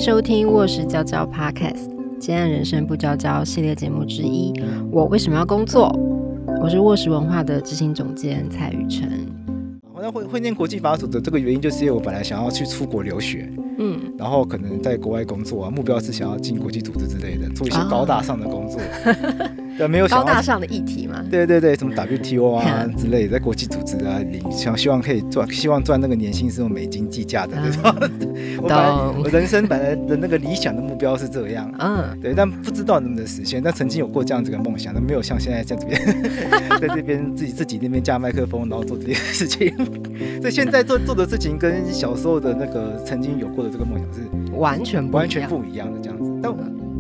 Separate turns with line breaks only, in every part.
收听卧石娇娇 Podcast 接案人生不娇娇系列节目之一，我为什么要工作？我是卧石文化的执行总监蔡宇辰。
我会念国际法组的这个原因，就是因为我本来想要去出国留学，然后可能在国外工作啊，目标是想要进国际组织之类的，做一些高大上的工作。对，没有想
高大上的议题嘛？
对对对，什么 WTO 啊之类的，在国际组织啊，希望可以赚那个年薪是用美金计价的那种。我人生本来的那个理想的目标是这样，对，但不知道能不能实现。但曾经有过这样子的梦想，但没有像现在这边在这边自己那边架麦克风，然后做这件事情。所以现在做的事情跟小时候的那个曾经有过的这个梦想是
完全不
一样的这样子。但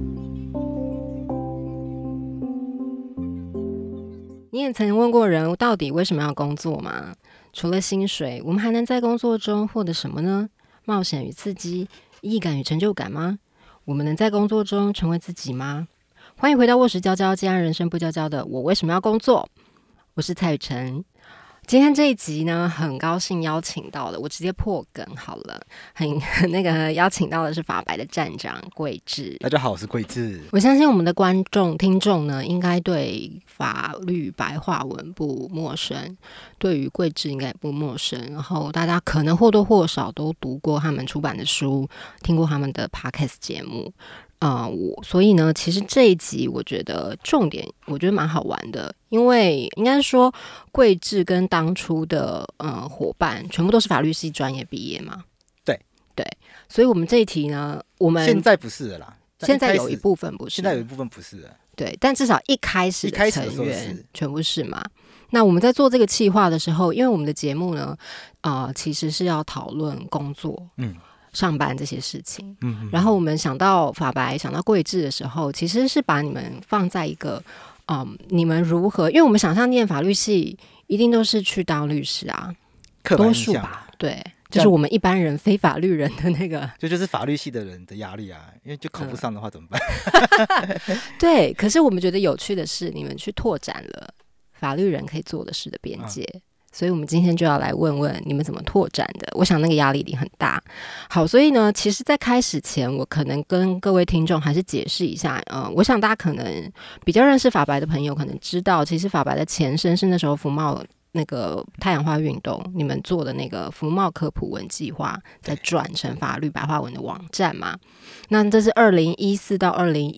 你也曾问过人到底为什么要工作吗？除了薪水，我们还能在工作中获得什么呢？冒险与刺激，意义感与成就感吗？我们能在工作中成为自己吗？欢迎回到卧石娇娇接案人生不娇娇的我为什么要工作？我是蔡宇辰。今天这一集呢，很高兴邀请到了，我直接破梗好了，邀请到的是法白的站长桂智。
大家好，我是桂智。
我相信我们的听众呢，应该对法律白话文不陌生，对于桂智应该也不陌生。然后大家可能或多或少都读过他们出版的书，听过他们的 podcast 节目。所以呢，其实这一集我觉得重点，我觉得蛮好玩的，因为应该说桂智跟当初的伙伴全部都是法律系专业毕业嘛。对，所以我们这一题呢，我们
现在不是了啦，
现在有一部分不是，
现在有一部分不是了。
对，但至少一开始的成员全部是嘛。那我们在做这个企划的时候，因为我们的节目呢，其实是要讨论工作，上班这些事情，然后我们想到法白，想到桂智的时候，其实是把你们放在一个，你们如何？因为我们想象念法律系一定都是去当律师啊，多数吧，对，就是我们一般人非法律人的那个，
就是法律系的人的压力啊，因为就考不上的话怎么办？
对，可是我们觉得有趣的是，你们去拓展了法律人可以做的事的边界。所以我们今天就要来问问你们怎么拓展的，我想那个压力一定很大。好，所以呢，其实在开始前，我可能跟各位听众还是解释一下，我想大家可能比较认识法白的朋友可能知道，其实法白的前身是那时候服贸那个太阳花运动，你们做的那个服贸科普文计划，再转成法律白话文的网站嘛。那这是2014到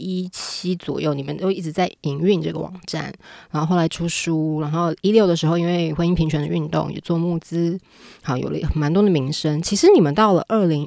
2017左右，你们都一直在营运这个网站，然后后来出书，然后16的时候，因为婚姻平权的运动也做募资，好有了蛮多的名声。其实你们到了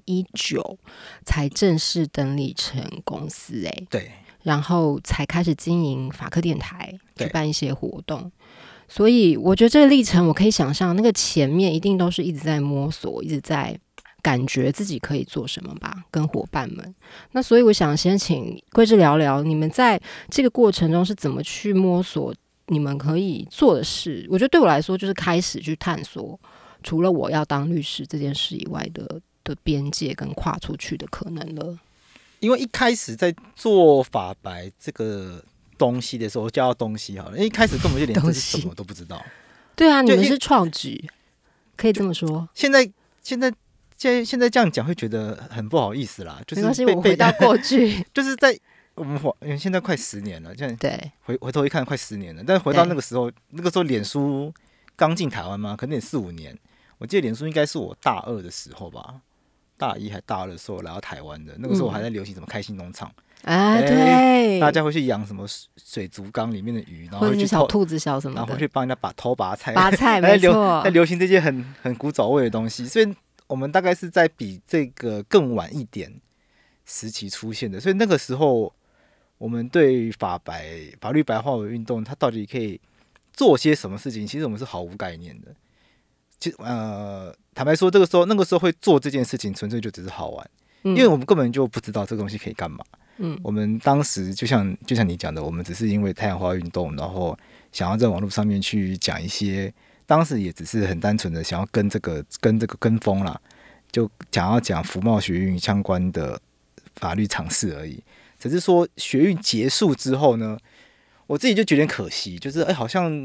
2019才正式登立成公司，
对，
然后才开始经营法科电台，去办一些活动。所以我觉得这个历程，我可以想象，那个前面一定都是一直在摸索，一直在感觉自己可以做什么吧，跟伙伴们。那所以我想先请桂智聊聊，你们在这个过程中是怎么去摸索你们可以做的事。我觉得对我来说，就是开始去探索，除了我要当律师这件事以外的边界跟跨出去的可能了。
因为一开始在做法白这个东西的时候，叫东西好了，因为一开始根本就连这是什么都不知道。对啊，
你们是创举，可以这么说。
现在这样讲会觉得很不好意思啦，就是
没关系，我回到过去，
就是在我们现在快10年了，现在
对
回头一看快10年了，但是回到那个时候脸书刚进台湾嘛，可能也4-5年。我记得脸书应该是我大2的时候吧，大1还大2的时候来到台湾的，那个时候我还在流行什么开心农场。
对，
大家会去养什么水族缸里面的鱼，然后会去
小兔子小什么的，
然后会去帮人家偷拔菜，
没错，
在流行这些很古早味的东西，所以我们大概是在比这个更晚一点时期出现的，所以那个时候我们对法律白话文运动，它到底可以做些什么事情，其实我们是毫无概念的。其实坦白说，那个时候会做这件事情，纯粹就只是好玩，因为我们根本就不知道这个东西可以干嘛。我们当时就像你讲的，我们只是因为太阳花运动，然后想要在网络上面去讲一些，当时也只是很单纯的想要跟这个跟风啦，就想要讲服贸学运相关的法律常识而已。只是说学运结束之后呢，我自己就觉得可惜，就是好像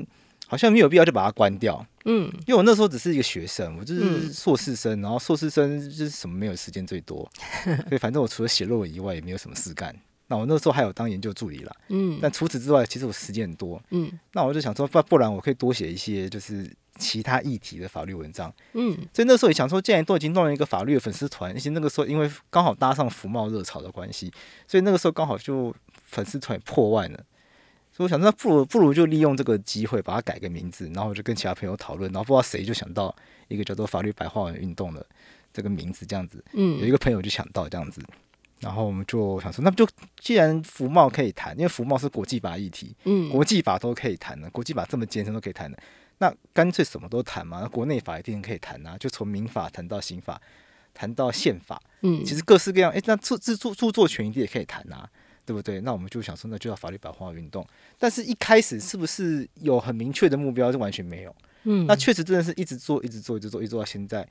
好像没有必要就把它关掉。
嗯，
因为我那时候只是一个学生，我就是硕士生，然后硕士生就是什么没有时间最多，所以反正我除了写论文以外也没有什么事干。那我那时候还有当研究助理啦，但除此之外，其实我时间很多，那我就想说，不然我可以多写一些就是其他议题的法律文章，所以那时候也想说，既然都已经弄了一个法律的粉丝团，而且那个时候因为刚好搭上服贸热潮的关系，所以那个时候刚好就粉丝团破万了。所以我想说，不如就利用这个机会把它改个名字，然后我就跟其他朋友讨论，然后不知道谁就想到一个叫做法律白话文运动的这个名字，这样子，有一个朋友就想到这样子，然后我们就想说，那就既然服贸可以谈，因为服贸是国际法议题，国际法都可以谈的，国际法这么艰深都可以谈的，那干脆什么都谈嘛，国内法一定可以谈啊，就从民法谈到刑法，谈到宪法，其实各式各样，那著作权一定也可以谈啊。对不对？那我们就想说，那就要法律白话运动。但是一开始是不是有很明确的目标？就完全没有。那确实真的是一直做到现在，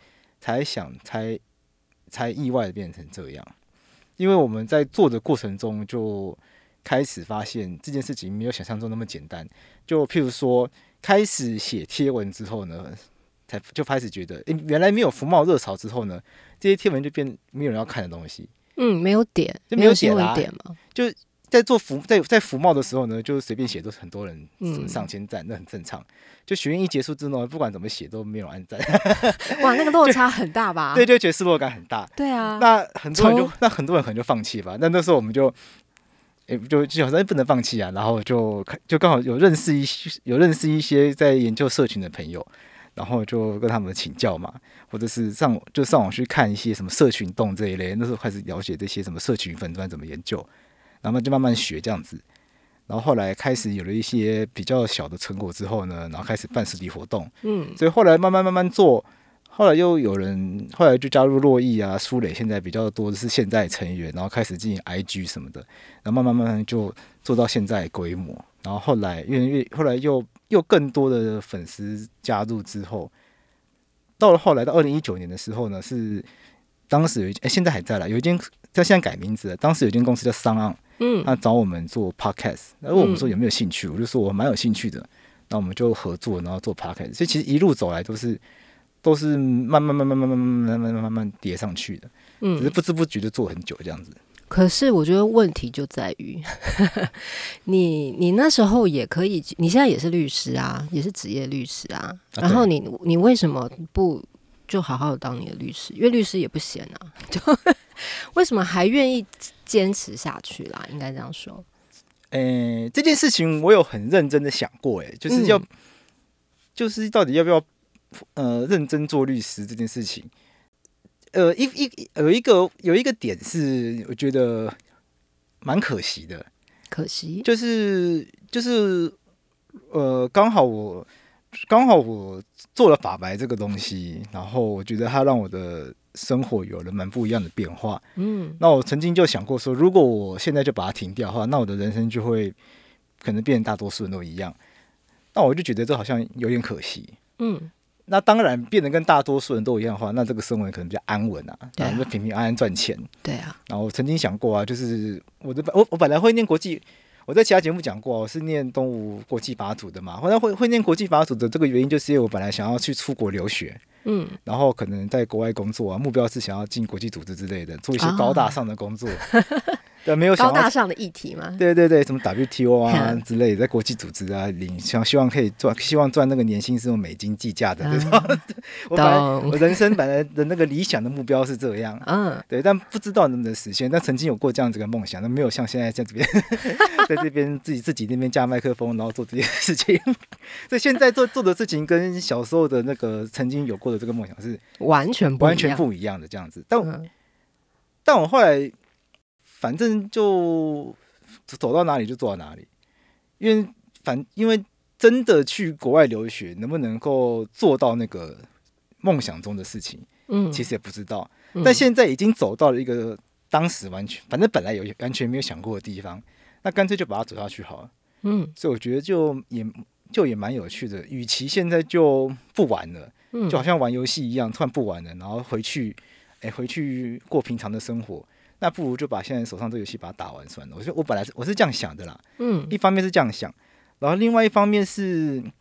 才意外的变成这样。因为我们在做的过程中，就开始发现这件事情没有想象中那么简单。就譬如说，开始写贴文之后呢，就开始觉得，原来没有服贸热潮之后呢，这些贴文就变没有人要看的东西。
没有点，
就没有点
啦，吗？
就在服贸的时候呢，就随便写都是很多人上千赞，那很正常。就学院一结束之后，不管怎么写都没有按赞。
哇，那个落差很大吧？
对，就觉得失落感很大。
对啊，
那很多人可能就放弃吧。那时候我们就好像不能放弃啊，然后就刚好有认识一些在研究社群的朋友。然后就跟他们请教嘛，或者是上网去看一些什么社群动这一类，那时候开始了解这些什么社群粉专怎么研究，然后就慢慢学这样子。然后后来开始有了一些比较小的成果之后呢，然后开始办实体活动，所以后来慢慢做，后来就加入洛毅啊、苏磊，现在比较多的是现在成员，然后开始进行 IG 什么的，然后慢慢就做到现在的规模。然后后来后来又更多的粉丝加入之后，后来到2019年的时候呢，是当时现在还在啦，有一间现在改名字了，当时有一间公司叫SoundOn，他找我们做 podcast， 问我们说有没有兴趣，我就说我蛮有兴趣的，那我们就合作，然后做 podcast， 所以其实一路走来都是慢慢叠上去的，只是不知不觉就做很久这样子。
可是我觉得问题就在于你那时候也可以，你现在也是律师啊，也是职业律师啊，然后你为什么不就好好当你的律师？因为律师也不闲啊，就为什么还愿意坚持下去啦？应该这样说。
这件事情我有很认真的想过，就是到底要不要认真做律师这件事情。有一个点是我觉得蛮可惜的，就是刚好我做了法白这个东西，然后我觉得它让我的生活有了蛮不一样的变化。那我曾经就想过说，如果我现在就把它停掉的话，那我的人生就会可能变成大多数人都一样。那我就觉得这好像有点可惜。那当然变得跟大多数人都一样的话，那这个生活可能比较安稳啊，然后就平平安安赚钱。
对啊。
然后我曾经想过啊，就是我本来会念国际，我在其他节目讲过，我是念东吴国际法组的嘛。后来会念国际法组的这个原因，就是因为我本来想要去出国留学，然后可能在国外工作啊，目标是想要进国际组织之类的，做一些高大上的工作。对，没有想
高大上的议题嘛？
对，什么 WTO 啊之类的，在国际组织啊，希望可以希望赚那个年薪是用美金计价的。我人生本来的那个理想的目标是这样，对，但不知道能不能实现。但曾经有过这样子的梦想，但没有像现在在这边，在这边自己那边架麦克风，然后做这件事情。所以现在做的事情跟小时候的那个曾经有过的这个梦想是
完全
不一样的这样子。但我后来。反正就走到哪里就做到哪里，因为真的去国外留学能不能够做到那个梦想中的事情，其实也不知道。但现在已经走到了一个当时反正本来有完全没有想过的地方，那干脆就把它走下去好了。所以我觉得就也蛮有趣的。与其现在就不玩了，就好像玩游戏一样，突然不玩了，然后回去过平常的生活。那不如就把现在手上这游戏把它打完算了。我本来我是这样想的啦。一方面是这样想，然后另外一方面是因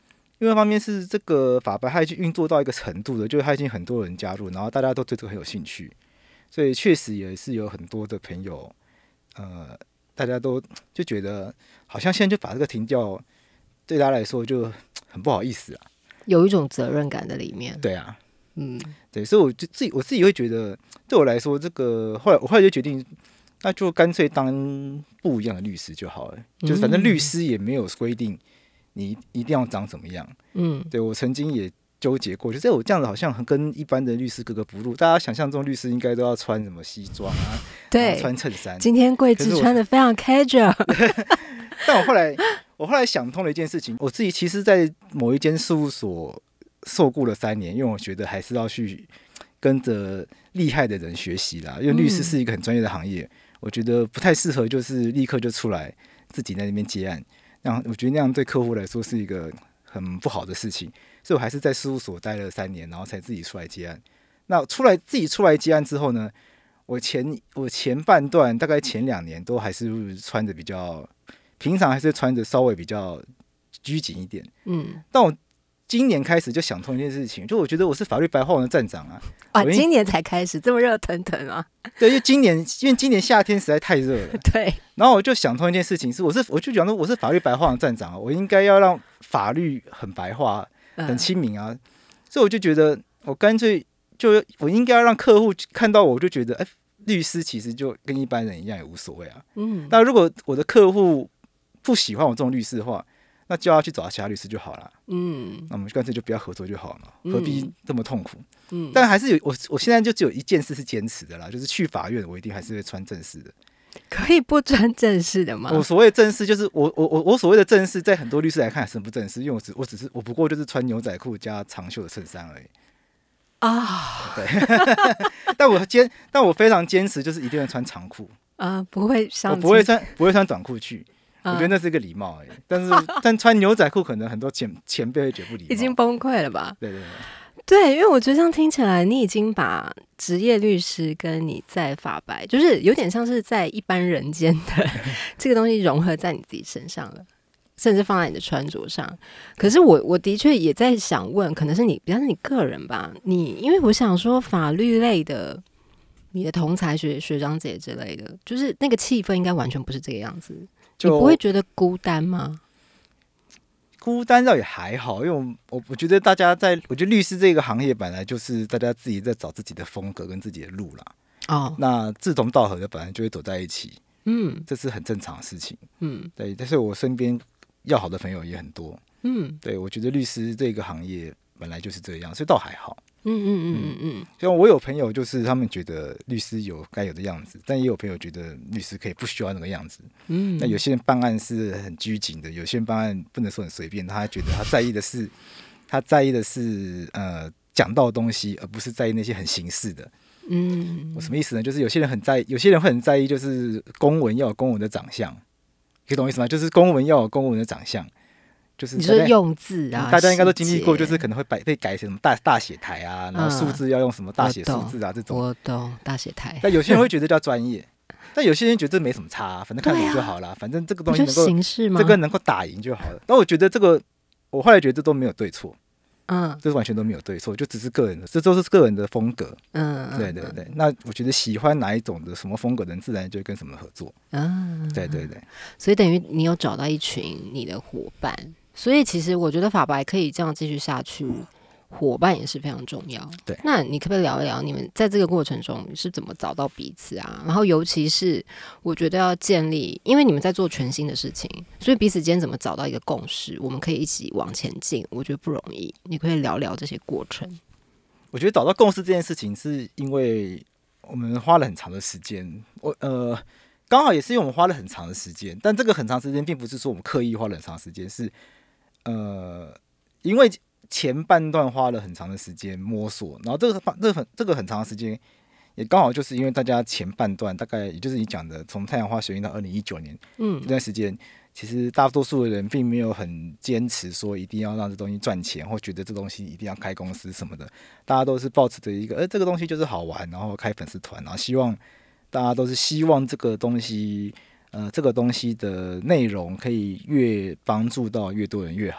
另外一方面是这个法白它已经运作到一个程度了，就是它已经很多人加入，然后大家都对这个很有兴趣，所以确实也是有很多的朋友，大家都就觉得好像现在就把这个停掉，对大家来说就很不好意思啊，
有一种责任感在里面。
对啊，对，所以我自己会觉得，对我来说，这个我后来就决定，那就干脆当不一样的律师就好了，就是反正律师也没有规定你一定要长怎么样，对我曾经也纠结过，就是我这样子好像跟一般的律师格格不入。大家想象中律师应该都要穿什么西装啊，
对，
穿衬衫。
今天桂枝穿的非常 casual。
但我后来想通了一件事情，我自己其实，在某一间事务所受雇了3年，因为我觉得还是要去跟着厉害的人学习啦。因为律师是一个很专业的行业，我觉得不太适合就是立刻就出来自己在那边接案，我觉得那样对客户来说是一个很不好的事情。所以我还是在事务所待了3年，然后才自己出来接案。那自己出来接案之后呢，我前半段大概前2年都还是穿的比较，平常还是穿着稍微比较拘谨一点。但我今年开始就想通一件事情，就我觉得我是法律白话文的站长啊。
今年才开始这么热腾腾啊？
对，因为今年夏天实在太热了。
对。
然后我就想通一件事情，我就讲说我是法律白话文站长，我应该要让法律很白话、很亲民啊。所以我就觉得，我干脆我应该要让客户看到我就觉得，律师其实就跟一般人一样也无所谓啊。那如果我的客户不喜欢我这种律师的话，那就要去找其他律师就好了。那我们干脆就不要合作就好了嘛，何必这么痛苦？但还是我现在就只有一件事是坚持的啦，就是去法院我一定还是会穿正式的。
可以不穿正式的吗？
我所谓的正式就是我所谓的正式，在很多律师来看是不正式，因为我不过就是穿牛仔裤加长袖的衬衫而已啊。对，但我非常坚持，就是一定要穿长裤
啊，不会上，
我不会穿短裤去。我觉得那是一个礼貌而已，但穿牛仔裤可能很多前辈会觉得不礼貌，
已经崩溃了吧？
对，
对，因为我觉得这样听起来，你已经把职业律师跟你在法白，就是有点像是在一般人间的这个东西融合在你自己身上了，甚至放在你的穿着上。可是我的确也在想问，可能是比较是你个人吧，因为我想说法律类的，你的同才学长姐之类的，就是那个气氛应该完全不是这个样子。你不会觉得孤单吗？
孤单倒也还好，因为我觉得我觉得律师这个行业本来就是大家自己在找自己的风格跟自己的路啦。那志同道合的本来就会走在一起，这是很正常的事情。对，但是我身边要好的朋友也很多。对，我觉得律师这个行业本来就是这样，所以倒还好。像我有朋友就是他们觉得律师有该有的样子，但也有朋友觉得律师可以不需要那个样子。那有些人办案是很拘谨的，有些人办案不能说很随便，他觉得他在意的是讲到的东西，而不是在意那些很形式的。我什么意思呢？就是有些人会很在意，就是公文要有公文的长相，可以懂我意思吗？就是公文要有公文的长相。就是
你说用字啊，
大家应该都经历过，就是可能会被改成什么大写台啊，然后数字要用什么大写数字啊这种。
我懂大写台。
但有些人会觉得叫专业，但有些人觉得这没什么差，反正看懂就好了，反正这个东西能够
形式吗？
这个能够打赢就好了。但我觉得我后来觉得这都没有对错，这完全都没有对错，就只是个人的，这都是个人的风格。对。那我觉得喜欢哪一种的什么风格的人，自然就会跟什么合作。对。
所以等于你有找到一群你的伙伴。所以其实我觉得法白可以这样继续下去，伙伴也是非常重要。
对，
那你可不可以聊一聊你们在这个过程中是怎么找到彼此啊？然后尤其是我觉得要建立，因为你们在做全新的事情，所以彼此间怎么找到一个共识，我们可以一起往前进，我觉得不容易。你可以聊聊这些过程。
我觉得找到共识这件事情，是因为我们花了很长的时间。刚好也是因为我们花了很长的时间，但这个很长时间并不是说我们刻意花了很长时间，是因为前半段花了很长的时间摸索，然后这个很长的时间也刚好就是因为大家前半段大概也就是你讲的从太阳花学运到2019年这段时间，其实大多数的人并没有很坚持说一定要让这东西赚钱，或觉得这东西一定要开公司什么的，大家都是抱持着一个这个东西就是好玩，然后开粉丝团，然后大家都是希望这个东西的内容可以越帮助到越多人越好。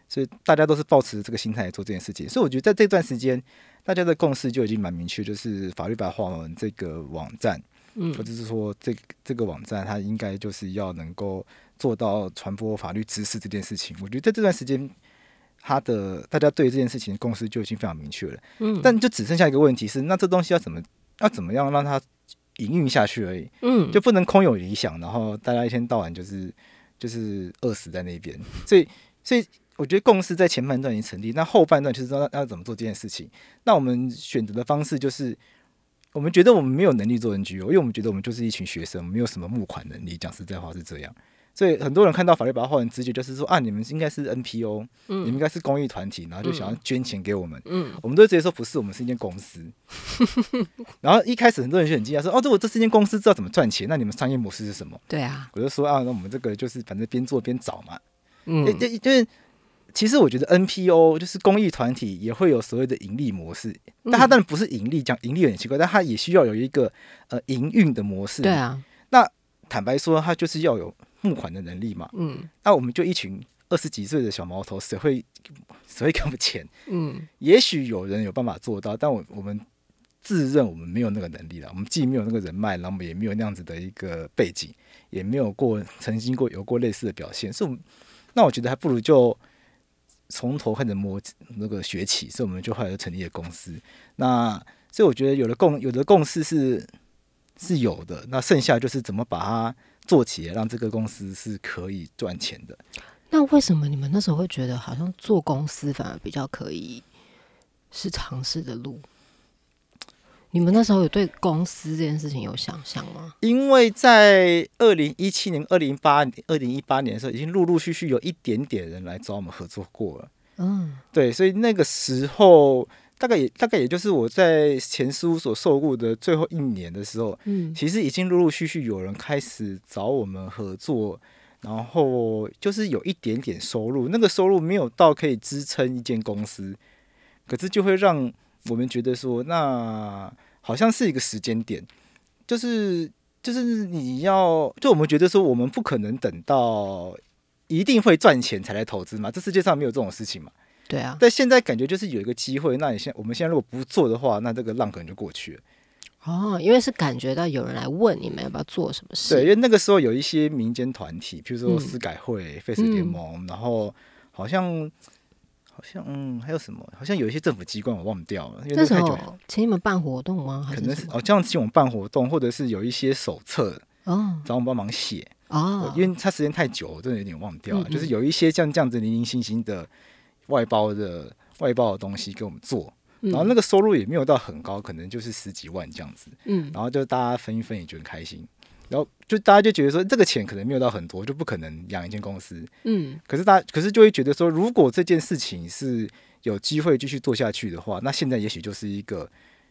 所以大家都是抱持这个心态来做这件事情。所以我觉得在这段时间，大家的共识就已经蛮明确，就是法律白话文这个网站，或者是说这个网站它应该就是要能够做到传播法律知识这件事情。我觉得在这段时间，大家对这件事情的共识就已经非常明确了。但就只剩下一个问题是，那这东西要怎么样让它营运下去而已，就不能空有理想，然后大家一天到晚就是饿死在那边。所以我觉得共识在前半段已经成立，那后半段就是说要怎么做这件事情。那我们选择的方式就是，我们觉得我们没有能力做 NGO， 因为我们觉得我们就是一群学生，没有什么募款能力。讲实在话是这样。所以很多人看到法律白话文直觉就是说你们应该是 NPO，你们应该是公益团体，然后就想要捐钱给我们。我们都直接说不是，我们是一间公司。然后一开始很多人就很惊讶说如果这是一间公司，知道怎么赚钱，那你们商业模式是什么？
对啊，
我就说那我们这个就是反正边做边找嘛。就是其实我觉得 NPO 就是公益团体也会有所谓的盈利模式，但它当然不是盈利，讲盈利有点奇怪，但它也需要有一个营运的模式。
对啊，
那坦白说，它就是要有募款的能力嘛。那我们就一群20几岁的小毛头，谁会给我们钱？也许有人有办法做到，但我们自认我们没有那个能力了。我们既没有那个人脉，然后我们也没有那样子的一个背景，也没有曾经有过类似的表现，所以那我觉得还不如就从头开始那个学起。所以我们就后来就成立了公司。那所以我觉得有的共识是有的，那剩下就是怎么把它做起来，让这个公司是可以赚钱的。
那为什么你们那时候会觉得好像做公司反而比较可以是尝试的路？你们那时候有对公司这件事情有想象吗？
因为在2017年、2018年的时候，已经陆陆续续有一点点人来找我们合作过了。对，所以那个时候大概也就是我在前事务所受雇的最后1年的时候，其实已经陆陆续续有人开始找我们合作，然后就是有一点点收入，那个收入没有到可以支撑一间公司，可是就会让我们觉得说，那好像是一个时间点，就是我们觉得说，我们不可能等到一定会赚钱才来投资嘛，这世界上没有这种事情嘛。
对啊，
但现在感觉就是有一个机会，那我们现在如果不做的话，那这个浪可能就过去了。
因为是感觉到有人来问你们要不要做什么事。
对，因为那个时候有一些民间团体，譬如说司改会、废死联盟，然后好像还有什么？好像有一些政府机关我忘掉了，因为那太久了。
请你们办活动吗？
可能是这样请我们办活动，或者是有一些手册找我们帮忙写。因为它时间太久，我真的有点忘掉了。就是有一些像这样子零零星星的外包的东西给我们做，然后那个收入也没有到很高，可能就是10几万这样子。然后就大家分一分也觉得很开心。然后就大家就觉得说，这个钱可能没有到很多，就不可能养一间公司。可是就会觉得说，如果这件事情是有机会继续做下去的话，那现在也许就是一个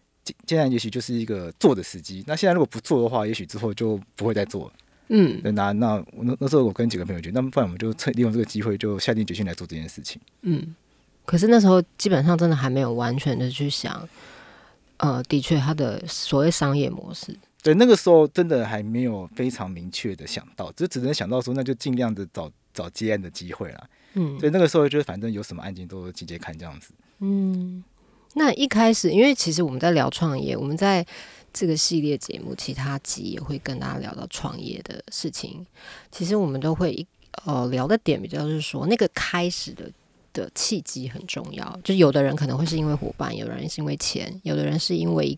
做的时机。那现在如果不做的话，也许之后就不会再做了。那时候我跟几个朋友觉得，那不然我们就利用这个机会，就下定决心来做这件事情。
可是那时候基本上真的还没有完全的去想，的确他的所谓商业模式。
对，那个时候真的还没有非常明确的想到，只能想到说，那就尽量的找接案的机会啦。所以那个时候就是反正有什么案件都接接看这样子。
那一开始，因为其实我们在聊创业，我们在这个系列节目其他集也会跟大家聊到创业的事情。其实我们都会聊的点比较是说，那个开始的契机很重要。就有的人可能会是因为伙伴，有的人是因为钱，有的人是因为一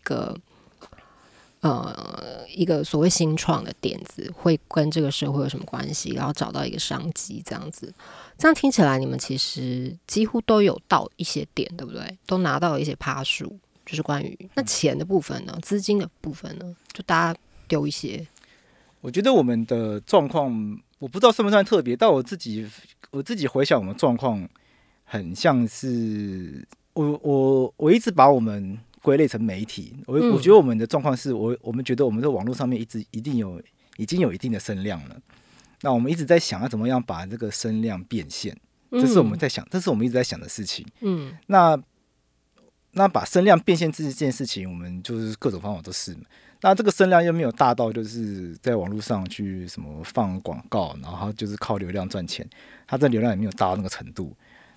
个所谓新创的点子会跟这个社会有什么关系，然后找到一个商机这样子。这样听起来你们其实几乎都有到一些点，对不对？都拿到了一些趴数，就是关于那钱的部分呢，资金的部分呢，就大家丢一些。
我觉得我们的状况我不知道算不算特别，但我自己回想我们状况很像是我一直把我们归类成媒体。我觉得我们的状况是我们觉得我们在网络上面已经有一定的声量了。那我们一直在想要怎么样把这个声量变现，这是我们一直在想的事情。那把声量变现这件事情，我们就是各种方法都试。那这个声量又没有大到就是在网络上去什么放广告，然后就是靠流量赚钱，它这流量也没有大到那个程度。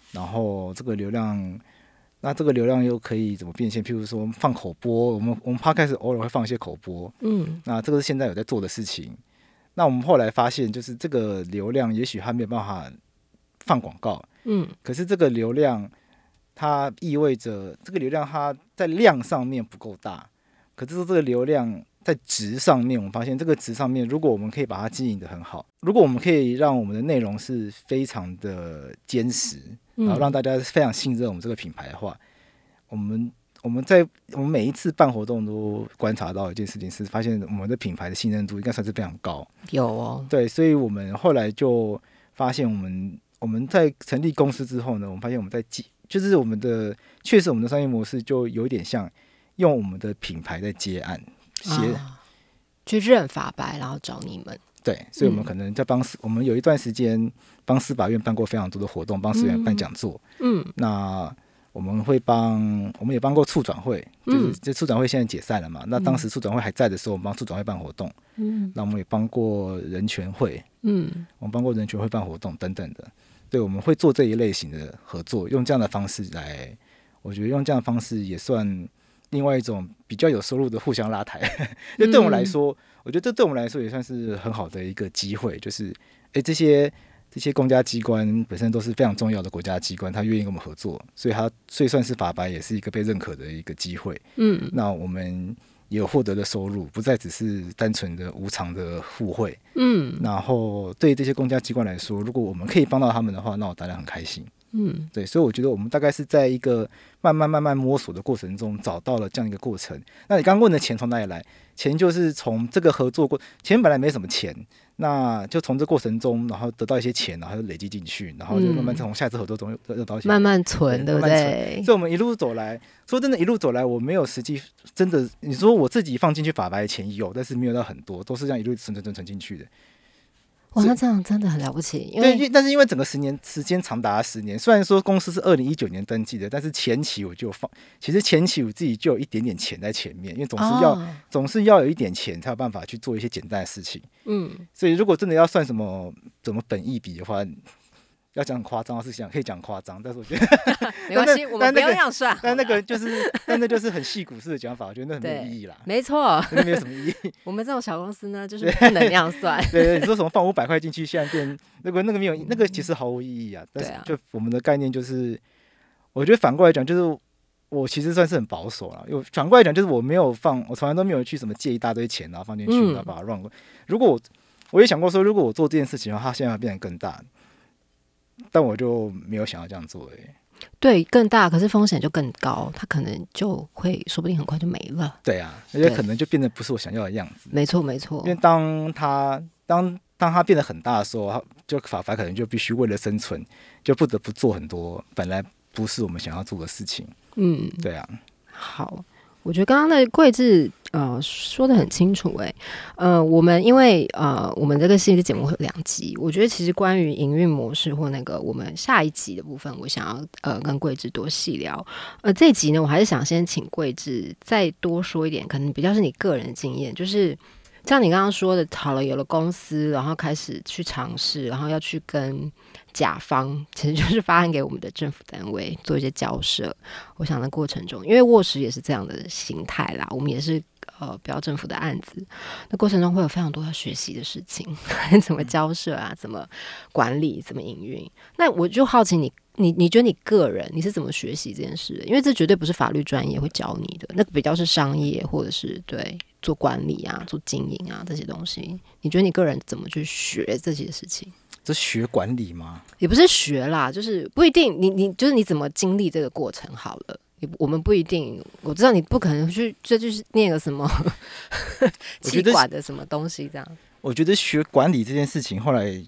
然后这个流量。那这个流量又可以怎么变现？譬如说放口播，我们 Podcast 偶尔会放一些口播，那这个是现在有在做的事情。那我们后来发现，就是这个流量也许它没有办法放广告，可是这个流量它意味着这个流量它在量上面不够大，可是这个流量在值上面，我们发现这个值上面，如果我们可以把它经营得很好，如果我们可以让我们的内容是非常的坚实，然后让大家非常信任我们这个品牌的话，我们每一次办活动都观察到一件事情，是发现我们的品牌的信任度应该算是非常高。
有哦，
对，所以我们后来就发现，我们在成立公司之后呢，我们发现我们就是确实我们的商业模式就有一点像用我们的品牌在接案，
去认法白，然后找你们。
对，所以我们可能在我们有一段时间帮司法院办过非常多的活动，帮司法院办讲座。那我们也帮过促转会，就是这促转会现在解散了嘛。那当时促转会还在的时候，我们帮促转会办活动。那我们也帮过人权会，我们帮过人权会办活动等等的。对，我们会做这一类型的合作，用这样的方式来，我觉得用这样的方式也算另外一种比较有收入的互相拉抬。就对我们来说，我觉得这对我们来说也算是很好的一个机会，就是这些公家机关本身都是非常重要的国家机关，他愿意跟我们合作，所以算是法白也是一个被认可的一个机会。那我们也有获得的收入，不再只是单纯的无偿的互惠。然后对于这些公家机关来说，如果我们可以帮到他们的话，那我当然很开心。对，所以我觉得我们大概是在一个慢慢摸索的过程中找到了这样一个过程。那你刚刚问的钱从哪里来？钱就是从这个合作钱本来没什么钱，那就从这过程中，然后得到一些钱，然后就累积进去，然后就慢慢从下次合作中得到钱，
慢慢存，对不对？
所以我们一路走来，说真的，一路走来，我没有实际真的，你说我自己放进去法白的钱有，但是没有到很多，都是这样一路存进去的。
哇，那这样真的很了不起。
但是因为整个时间长达10年，虽然说公司是2019年登记的，但是前期我自己就有一点点钱在前面，因为总是要有一点钱才有办法去做一些简单的事情。所以如果真的要算什么本益比的话，要讲很夸张的事情可以讲夸张，但是我觉得
没关系，我们不用这样算。
但那就是很细股式的讲法，我觉得那很没有意义啦。
没错，
那没有什么意义。
我们这种小公司呢，就是不能这样算。
对，你说什么放500块进去，现在变那个没有，那个其实毫无意义啊。但是就我们的概念就是，我觉得反过来讲，就是我其实算是很保守啦。反过来讲，就是我从来都没有去什么借一大堆钱然后放进去，然后把它乱过。如果我也想过说，如果我做这件事情的话，它现在会变得更大。但我就没有想要这样做。
对，更大，可是风险就更高，它可能就会说不定很快就没了。
对啊，而且可能就变得不是我想要的样子。
没错，没错。
因为当它变得很大的时候，就法白可能就必须为了生存，就不得不做很多本来不是我们想要做的事情。对啊。好。
我觉得刚刚的桂智说得很清楚。我们因为我们这个系列节目会有2集，我觉得其实关于营运模式或那个我们下一集的部分，我想要跟桂智多细聊。这一集呢，我还是想先请桂智再多说一点，可能比较是你个人的经验，就是像你刚刚说的，好了，有了公司，然后开始去尝试，然后要去跟甲方，其实就是发案给我们的政府单位做一些交涉。我想的过程中，因为沃实也是这样的形态啦，我们也是比较政府的案子，那过程中会有非常多要学习的事情，怎么交涉啊，怎么管理，怎么营运。那我就好奇你觉得你个人你是怎么学习这件事的？因为这绝对不是法律专业会教你的，那个比较是商业或者是对做管理啊、做经营啊这些东西。你觉得你个人怎么去学这些事情？
这学管理吗？
也不是学啦，就是不一定。你就是你怎么经历这个过程好了。我们不一定，我知道你不可能去，这就是念个什么气管的什么东西这样。
我觉得学管理这件事情，后来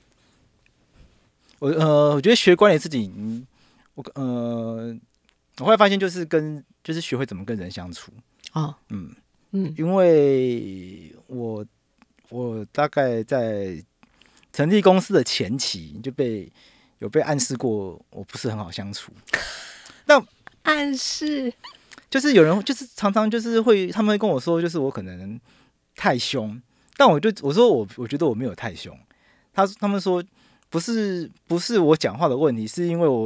我觉得学管理自己，我后来发现就是学会怎么跟人相处。因为我大概在成立公司的前期就有被暗示过我不是很好相处。那
暗示
就是有人就是常常就是他们会跟我说，就是我可能太凶，但我说我觉得我没有太凶。他们说不是我讲话的问题，是因为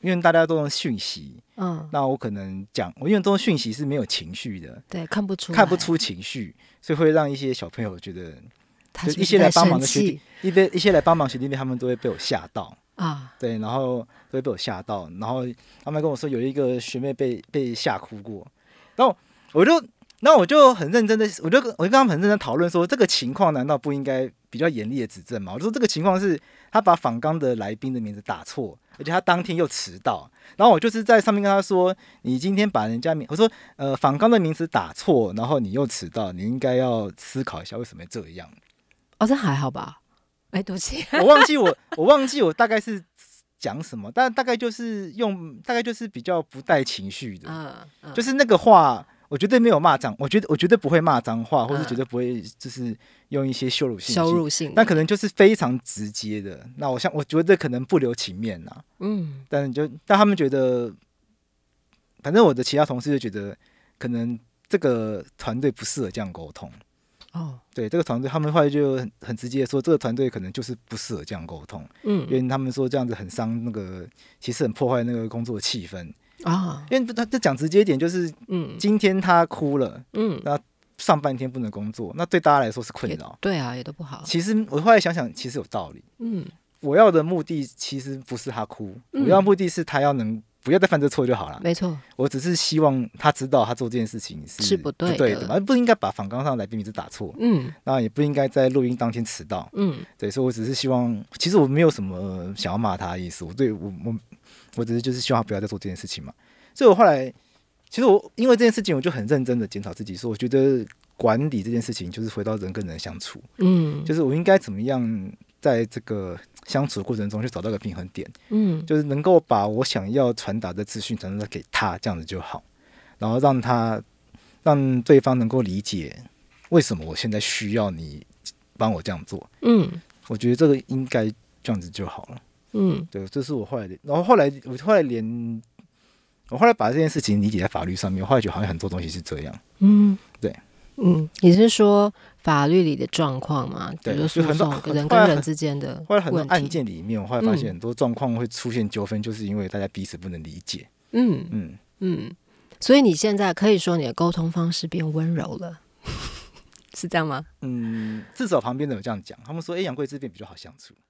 因为大家都用讯息，那我可能讲，我因为都用讯息是没有情绪的，
对，看不出
情绪，所以会让一些小朋友觉得，
他是
一些来帮忙的学弟，一些来帮忙学弟妹，他们都会被我吓到啊，对，然后都会被我吓到，然后他们跟我说有一个学妹被吓哭过，然后我就很认真的，我就跟他们很认真讨论说，这个情况难道不应该比较严厉的指正吗？我就说这个情况是他把访纲的来宾的名字打错，而且他当天又迟到，然后我就是在上面跟他说，你今天把人家我说访纲的名字打错，然后你又迟到，你应该要思考一下为什么这样。
哦，这还好吧？对不起，
我忘记我大概是讲什么，但大概就是比较不带情绪的，就是那个话。我绝对没有骂脏，我绝对不会骂脏话，或是绝对不会就是用一些羞辱性，但可能就是非常直接的。那我觉得可能不留情面啦，但他们觉得，反正我的其他同事就觉得，可能这个团队不适合这样沟通。哦，对，这个团队他们后来就很直接的说，这个团队可能就是不适合这样沟通，因为他们说这样子很伤那个，其实很破坏那个工作气氛。因为他讲直接一点，就是今天他哭了，那上半天不能工作，那对大家来说是困扰。
对啊，也都不好。
其实我后来想想，其实有道理。我要的目的其实不是他哭，我要的目的是他不要再犯这错就好了。
没错，
我只是希望他知道他做这件事情是不对的嘛，不应该把访纲上来宾名字打错，那也不应该在录音当天迟到，对，所以我只是希望，其实我没有什么想要骂他的意思，我只是就是希望他不要再做这件事情嘛。所以我后来，其实我因为这件事情，我就很认真的检讨自己，说我觉得管理这件事情就是回到人跟人相处，就是我应该怎么样在这个相处的过程中去找到一个平衡点，就是能够把我想要传达的资讯传达给他，这样子就好，然后让对方能够理解为什么我现在需要你帮我这样做，我觉得这个应该这样子就好了。对，这是我后来的，然后后来我后来把这件事情理解在法律上面，我后来觉得好像很多东西是这样。对，
你是说法律里的状况吗？比如说诉讼人跟人之间的问题。
后来很多案件里面，我后来发现很多状况会出现纠纷，就是因为大家彼此不能理解。
所以你现在可以说你的沟通方式变温柔了。是这样吗？
至少旁边的有这样讲，他们说杨贵这边比较好相处。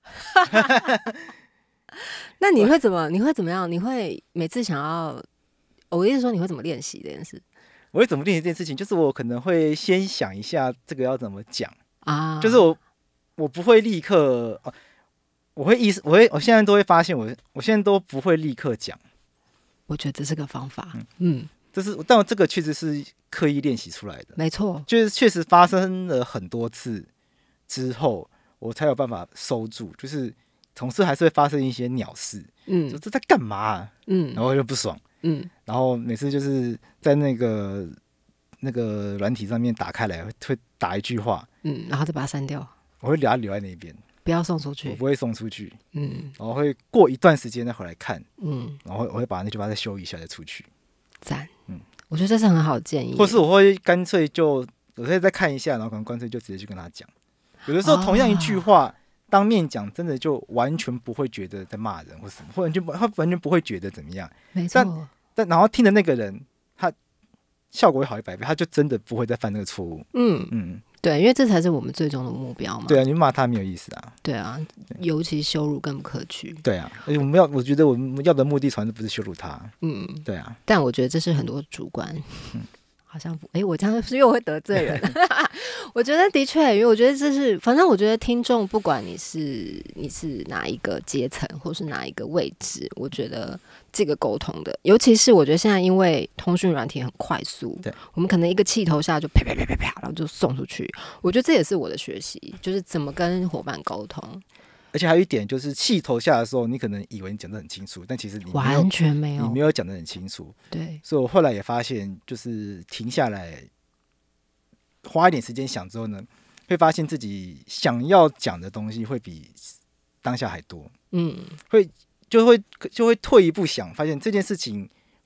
那你会怎么样？你会每次想要，我意思说你会怎么练习这件事？
我会怎么练习这件事情？就是我可能会先想一下这个要怎么讲啊，就是我不会立刻，我现在都会发现我现在都不会立刻讲。
我觉得这是个方法，
但这个确实是刻意练习出来的，
没错，
就是确实发生了很多次之后，我才有办法收住，就是同事还是会发生一些鸟事，说这在干嘛然后我就不爽，然后每次就是在那个软体上面打开来会打一句话，
然后再把它删掉，
我会留在那边，
不要送出去，
我不会送出去，然后会过一段时间再回来看，然后我会把那句话再修一下再出去，
赞，我觉得这是很好的建议，
或是我会干脆我可以再看一下，然后可能干脆就直接去跟他讲。有的时候同样一句话当面讲，真的就完全不会觉得在骂人或什么，或者他完全不会觉得怎么样。
没错。
但然后听的那个人，他效果会好100倍，他就真的不会再犯那个错误。
对，因为这才是我们最终的目标嘛。
对啊，你骂他没有意思啊。
对啊，尤其羞辱更不可取。
对啊，而且我觉得我们要的目的传的不是羞辱他。对啊。
但我觉得这是很多主观。好像不，我这样是不是又会得罪人？我觉得的确，因为我觉得这是，反正我觉得听众不管你是哪一个阶层，或是哪一个位置，我觉得这个沟通的，尤其是我觉得现在因为通讯软体很快速，对，我们可能一个气头下就啪啪啪啪啪，然后就送出去。我觉得这也是我的学习，就是怎么跟伙伴沟通。
而且还有一点就是气头下的时候，你可能以为你讲得很清楚，但其实你
完全没有，
你没有讲得很清楚。
对，
所以我后来也发现，就是停下来，花一点时间想之后呢，会发现自己想要讲的东西会比当下还多。就会退一步想，发现这件事情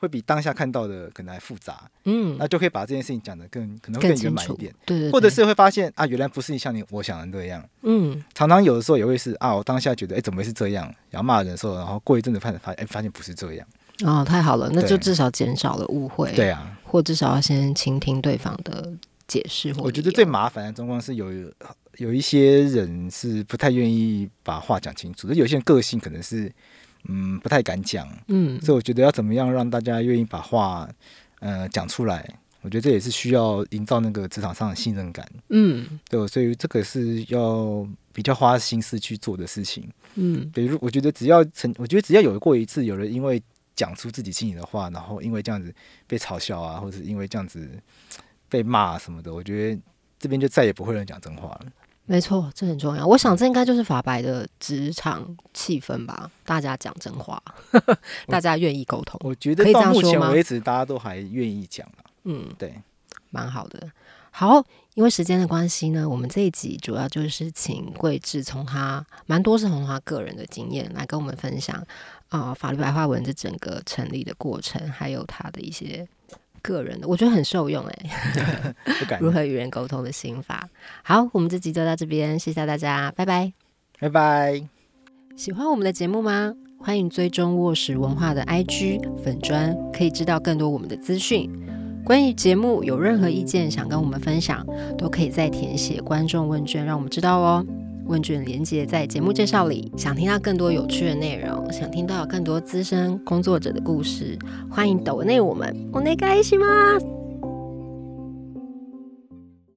会比当下看到的可能还复杂，那就可以把这件事情讲得可能会更圆满一点，
对，
或者是会发现啊，原来不是像我想的这样，常常有的时候也会是啊，我当下觉得怎么会是这样，然后骂人的时候，然后过一阵子发现不是这样。
哦，太好了，那就至少减少了误会，
对啊，
或至少要先倾听对方的解释或理由。
我觉得最麻烦的状况是有一些人是不太愿意把话讲清楚，有些人个性可能是不太敢讲，所以我觉得要怎么样让大家愿意把话讲出来，我觉得这也是需要营造那个职场上的信任感，对，所以这个是要比较花心思去做的事情，比如我觉得只要有过一次有人因为讲出自己心里的话，然后因为这样子被嘲笑啊，或者因为这样子被骂什么的，我觉得这边就再也不会有人讲真话了。
没错，这很重要。我想这应该就是法白的职场气氛吧，大家讲真话，大家愿意沟通。
我觉得到目前为止，大家都还愿意讲了。对，
蛮好的。好，因为时间的关系呢，我们这一集主要就是请桂智蛮多是从他个人的经验来跟我们分享法律白话文这整个成立的过程，还有他的一些个人的，我觉得很受用如何与人沟通的心法。好，我们这集就到这边，谢谢大家，拜拜，
拜拜。
喜欢我们的节目吗？欢迎追踪沃石文化的 IG 粉专，可以知道更多我们的资讯。关于节目有任何意见想跟我们分享，都可以再填写观众问卷让我们知道哦。问卷连结在节目介绍里。想听到更多有趣的内容，想听到更多资深工作者的故事，欢迎抖内我们。お願いします。